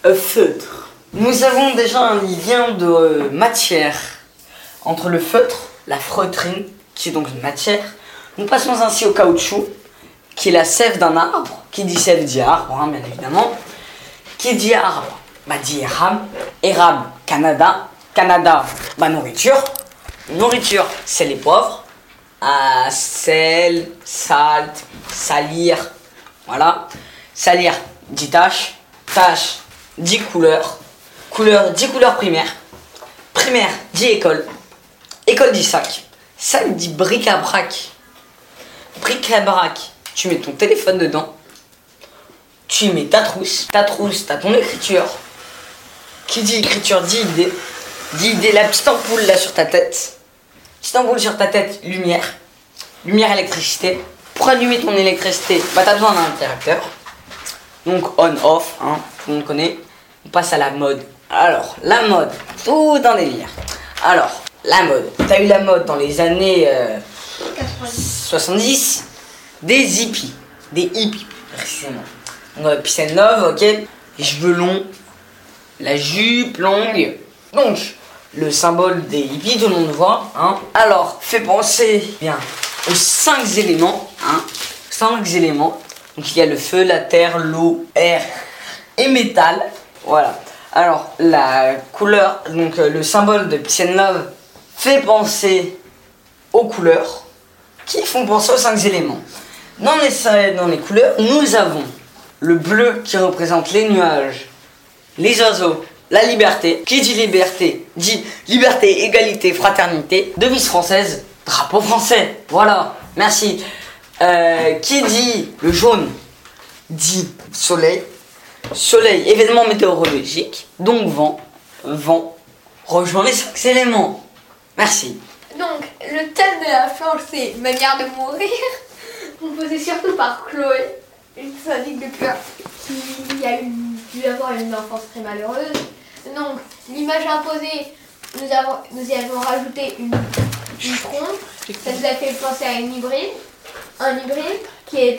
Feutre. Nous avons déjà un lien de matière entre le feutre, la freutrine, qui est donc une matière. Nous passons ainsi au caoutchouc, qui est la sève d'un arbre. Qui dit sève dit arbre, hein, bien évidemment. Qui dit arbre, dit érable. Érable, Canada. Canada, nourriture. Nourriture, c'est les poivres. Sel, salt, salir. Voilà. Salir dit tache. Tache dit couleur. Couleur dit couleur primaire. Primaire dit école. École dit sac. Sac dit bric-à-brac. Bric-à-brac, tu mets ton téléphone dedans. Tu y mets ta trousse. Ta trousse, t'as ton écriture. Qui dit écriture dit idée. Dit idée, la petite ampoule là sur ta tête. Petite ampoule sur ta tête, lumière. Lumière, électricité. Pour allumer ton électricité, t'as besoin d'un interrupteur. Donc on-off, hein, tout le monde connaît. On passe à la mode. Alors, la mode, tout dans les délire. Alors, la mode. T'as eu la mode dans les années 70. Des hippies. Des hippies, précisément. Donc, peace and love, ok. Les cheveux longs. La jupe longue. Donc, le symbole des hippies, tout le monde voit. Hein. Alors, fait penser bien aux 5 éléments. Hein. 5 éléments. Donc, il y a le feu, la terre, l'eau, air et métal. Voilà. Alors, la couleur, donc le symbole de Peace and Love fait penser aux couleurs qui font penser aux 5 éléments. Dans les couleurs, nous avons le bleu qui représente les nuages, les oiseaux, la liberté. Qui dit liberté dit liberté, égalité, fraternité. Devise française, drapeau français. Voilà, merci. Qui dit le jaune dit soleil. Soleil, événement météorologique, donc vent rejoint les 5 éléments. Merci. Donc, le thème de la planche, c'est manière de mourir, composé surtout par Chloé, une syndic de cœur qui a dû avoir une enfance très malheureuse. Donc, l'image imposée, nous y avons rajouté une trompe. Ça nous a fait penser à une hybride. Un hybride qui est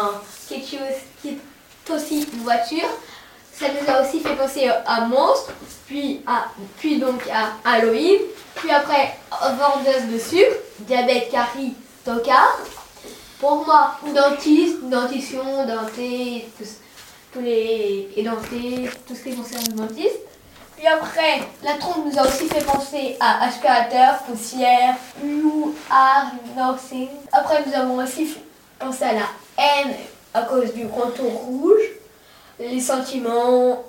aussi une voiture. Ça nous a aussi fait penser à Monstre, puis donc à Halloween, puis après vendeuse de sucre, diabète, carie, tocard. Pour moi, dentiste, dentition, denté, tout ce qui concerne le dentiste. Puis après, la trompe nous a aussi fait penser à aspirateur, poussière, loup, art, noxing. Après, nous avons aussi pensé à la haine à cause du contour rouge, les sentiments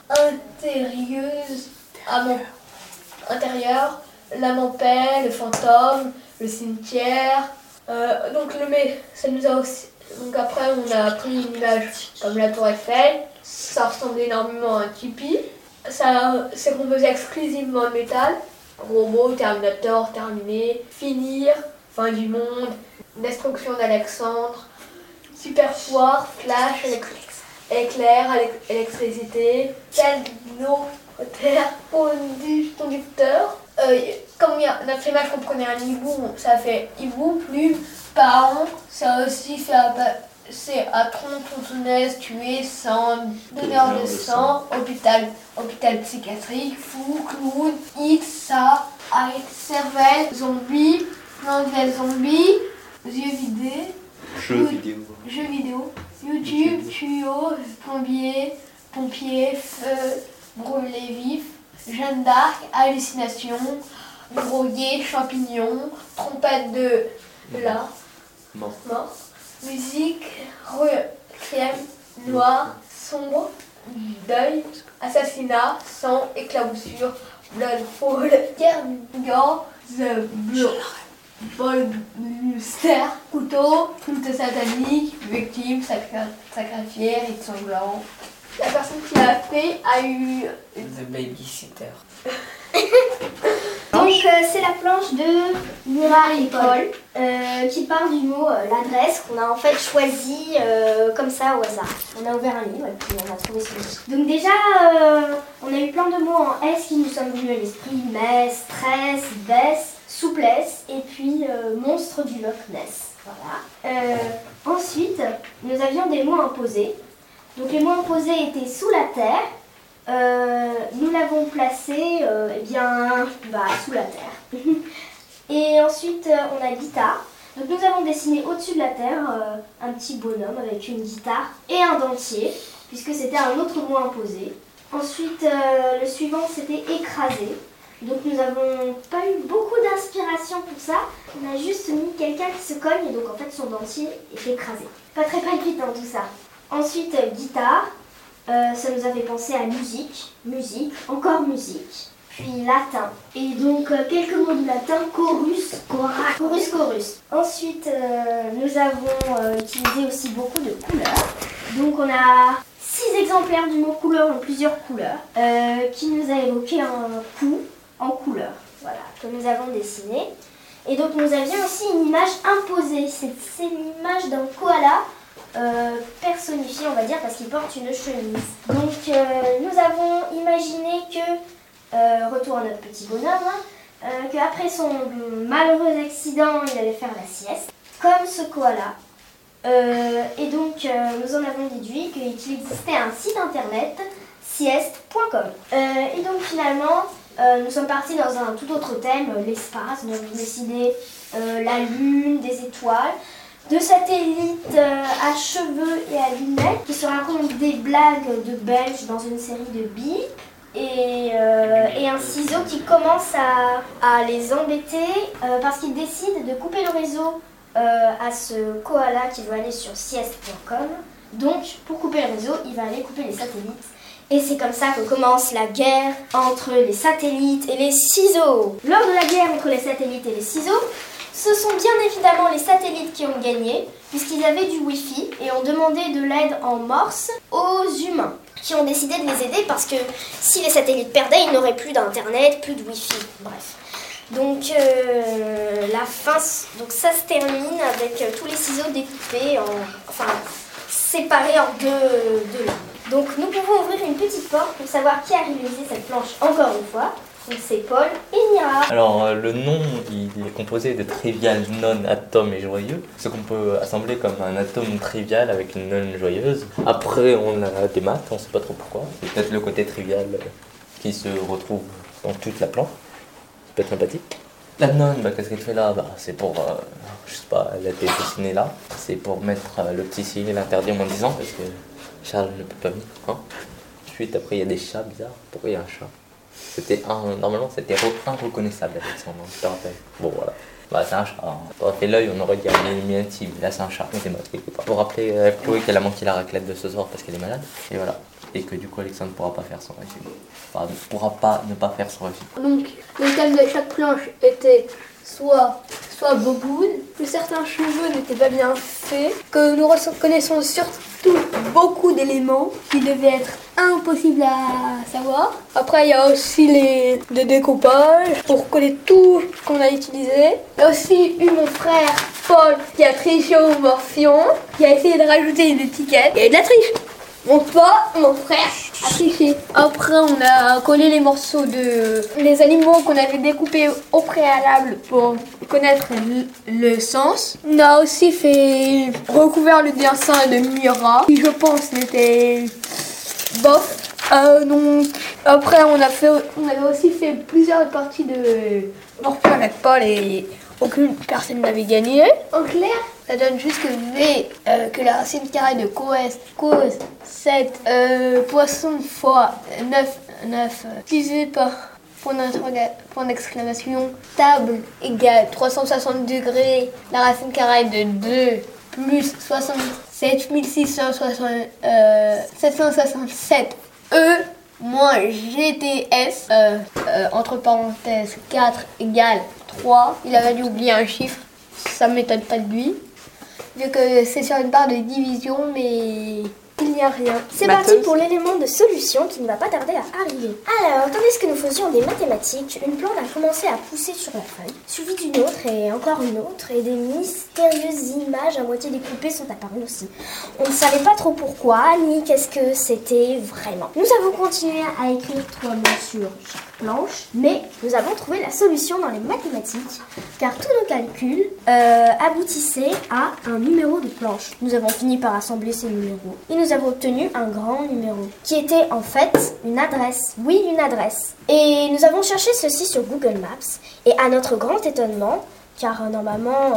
intérieurs, l'âme en paix, le fantôme, le cimetière. Ça nous a aussi. Donc après, on a pris une image comme la Tour Eiffel. Ça ressemble énormément à un tipi. C'est composé exclusivement de métal. Robot, Terminator, terminé, finir, fin du monde, destruction d'Alexandre, super pouvoir, flash, éclair, électricité, terre, conducteur. Comme notre image comprenait un hibou, ça fait hibou, plume, parent, ça aussi fait c'est à tronc, tronçonneuse, tuer, sang, donneur de sang, hôpital psychiatrique, fou, clown, X, ça, avec cervelle, zombie, plan de zombie, jeux vidéo, YouTube, tuyau, pompier, feu, brûlé vif, Jeanne d'Arc, hallucination, drogué, champignon, trompette de la mort, musique, crème, noir, sombre, deuil, assassinat, sang, éclaboussure, blood fall, Kerrigan, the Bolster, couteau, culte satanique, victime, sacrifié, rite sanglant. La personne qui l'a fait a eu... The Babysitter. Donc c'est la planche de Mira et Paul qui parle du mot l'adresse qu'on a en fait choisi comme ça au hasard. On a ouvert un livre et puis on a trouvé ce mot. Donc déjà on a eu plein de mots en S qui nous sont venus à l'esprit. Messe, stress, baisse, souplesse et puis monstre du Loch Ness. Voilà. Ensuite nous avions des mots imposés. Donc les mots imposés étaient sous la terre, nous l'avons placé eh bien, sous la terre. Et ensuite, on a guitare. Donc nous avons dessiné au-dessus de la terre un petit bonhomme avec une guitare et un dentier, puisque c'était un autre mot imposé. Ensuite, le suivant, c'était écrasé. Donc nous n'avons pas eu beaucoup d'inspiration pour ça. On a juste mis quelqu'un qui se cogne et donc en fait son dentier est écrasé. Pas très palpitant tout ça. Ensuite, guitare. Ça nous avait pensé à musique, encore musique, puis latin. Et donc quelques mots de latin, chorus, chorus. Ensuite, nous avons utilisé aussi beaucoup de couleurs. Donc on a 6 exemplaires du mot couleur en plusieurs couleurs, qui nous a évoqué un coup en couleur, voilà, que nous avons dessiné. Et donc nous avions aussi une image imposée, c'est l'image d'un koala, personnifié on va dire parce qu'il porte une chemise. Donc nous avons imaginé que, retour à notre petit bonhomme, qu'après son malheureux accident il allait faire la sieste, comme ce koala. Et donc nous en avons déduit qu'il existait un site internet, sieste.com. Et donc finalement nous sommes partis dans un tout autre thème, l'espace. Nous avons décidé la lune, des étoiles, de satellites à cheveux et à lunettes qui se racontent des blagues de Belges dans une série de billes et un ciseau qui commence à les embêter parce qu'il décide de couper le réseau à ce koala qui veut aller sur sieste.com. Donc pour couper le réseau, il va aller couper les satellites. Et c'est comme ça que commence la guerre entre les satellites et les ciseaux. Lors de la guerre entre les satellites et les ciseaux, ce sont bien évidemment les satellites qui ont gagné, puisqu'ils avaient du Wi-Fi et ont demandé de l'aide en morse aux humains, qui ont décidé de les aider parce que si les satellites perdaient, ils n'auraient plus d'internet, plus de Wi-Fi, bref. Donc la fin, donc ça se termine avec tous les ciseaux découpés, séparés en deux lames. Donc nous pouvons ouvrir une petite porte pour savoir qui a réalisé cette planche encore une fois. Donc c'est Paul et Mira. Alors le nom il est composé de trivial, non, atome et joyeux. Ce qu'on peut assembler comme un atome trivial avec une non joyeuse. Après on a des maths, on sait pas trop pourquoi. C'est peut-être le côté trivial qui se retrouve dans toute la planche. Ça peut être sympathique. La nonne, qu'est-ce qu'elle fait là? C'est pour, je sais pas, elle a été dessinée là. C'est pour mettre le petit signe l'interdit en moins 10 ans parce que Charles ne peut pas venir. Hein. Ensuite, après, il y a des chats bizarres. Pourquoi il y a un chat? Normalement, c'était inreconnaissable avec son nom, je te rappelle. Bon, voilà. C'est un chat. Hein. On aurait fait l'œil, on aurait dit un intime. Là, c'est un chat. C'est mal quelque part. Pour rappeler Chloé qu'elle a manqué la raclette de ce soir parce qu'elle est malade. Et voilà. Et que du coup, Alexandre ne pourra pas faire son régime. Enfin, ne pourra pas ne pas faire son régime. Donc, le thème de chaque planche était soit boboune, que certains cheveux n'étaient pas bien faits, que nous connaissons surtout beaucoup d'éléments qui devaient être impossibles à savoir. Après, il y a aussi les découpages pour coller tout ce qu'on a utilisé. Il y a aussi eu mon frère Paul qui a triché aux morphions, qui a essayé de rajouter une étiquette. Il y a eu de la triche. Mon frère a triché. Après, on a collé les morceaux les animaux qu'on avait découpés au préalable pour connaître le sens. On a aussi recouvert le dessin de Mira, qui je pense n'était bof. Donc après, on avait aussi fait plusieurs parties de morceaux avec Paul et aucune personne n'avait gagné. En clair, ça donne juste que V, que la racine carrée de cause 7, poisson fois 9, divisé par point d'exclamation, table égale 360 degrés, la racine carrée de 2 plus 767 moins GTS, entre parenthèses 4 égale 3. Il avait dû oublier un chiffre, ça ne m'étonne pas de lui, vu que c'est sur une barre de division, mais il n'y a rien. C'est parti pour l'élément de solution qui ne va pas tarder à arriver. Alors, tandis que nous faisions des mathématiques, une plante a commencé à pousser sur la feuille, suivie d'une autre et encore une autre, et des mystérieuses images à moitié découpées sont apparues aussi. On ne savait pas trop pourquoi, ni qu'est-ce que c'était vraiment. Nous avons continué à écrire 3 mots sur chaque planche, mais nous avons trouvé la solution dans les mathématiques, car tous nos calculs aboutissaient à un numéro de planche. Nous avons fini par assembler ces numéros, et nous avons avons obtenu un grand numéro, qui était en fait une adresse. Oui, une adresse. Et nous avons cherché ceci sur Google Maps, et à notre grand étonnement, car normalement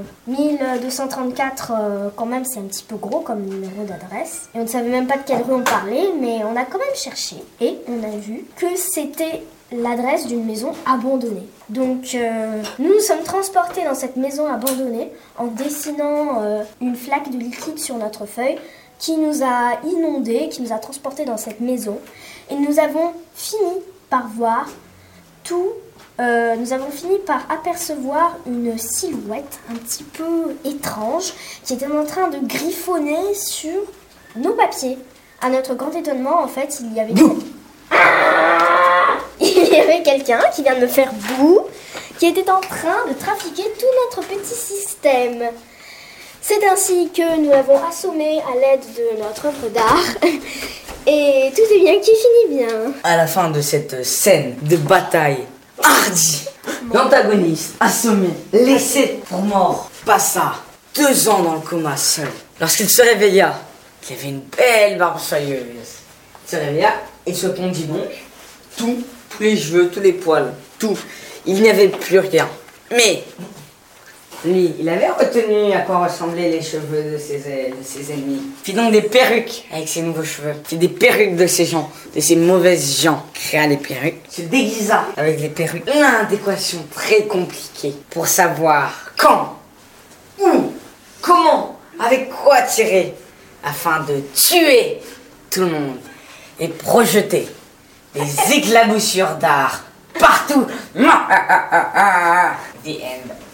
1234 quand même c'est un petit peu gros comme numéro d'adresse, et on ne savait même pas de quelle rue on parlait, mais on a quand même cherché, et on a vu que c'était l'adresse d'une maison abandonnée. Donc nous nous sommes transportés dans cette maison abandonnée en dessinant une flaque de liquide sur notre feuille qui nous a inondés, qui nous a transportés dans cette maison, et nous avons fini par voir tout. Nous avons fini par apercevoir une silhouette un petit peu étrange qui était en train de griffonner sur nos papiers. À notre grand étonnement, en fait, il y avait quelqu'un qui vient de me faire boue, qui était en train de trafiquer tout notre petit système. C'est ainsi que nous l'avons assommé à l'aide de notre œuvre d'art. Et tout est bien qui finit bien. À la fin de cette scène de bataille hardie, l'antagoniste, assommé, laissé pour mort, passa 2 ans dans le coma seul. Lorsqu'il se réveilla, il avait une belle barbe soyeuse. Il se réveilla et se tondit donc tous les cheveux, tous les poils, tout. Il n'y avait plus rien. Mais lui, il avait retenu à quoi ressemblaient les cheveux de ses ennemis. Il fit donc des perruques avec ses nouveaux cheveux. Il fit des perruques de ces gens, de ces mauvaises gens. Il créa des perruques, se déguisa avec les perruques. L'adéquation très compliquée pour savoir quand, où, comment, avec quoi tirer, afin de tuer tout le monde et projeter des éclaboussures d'art partout. The end.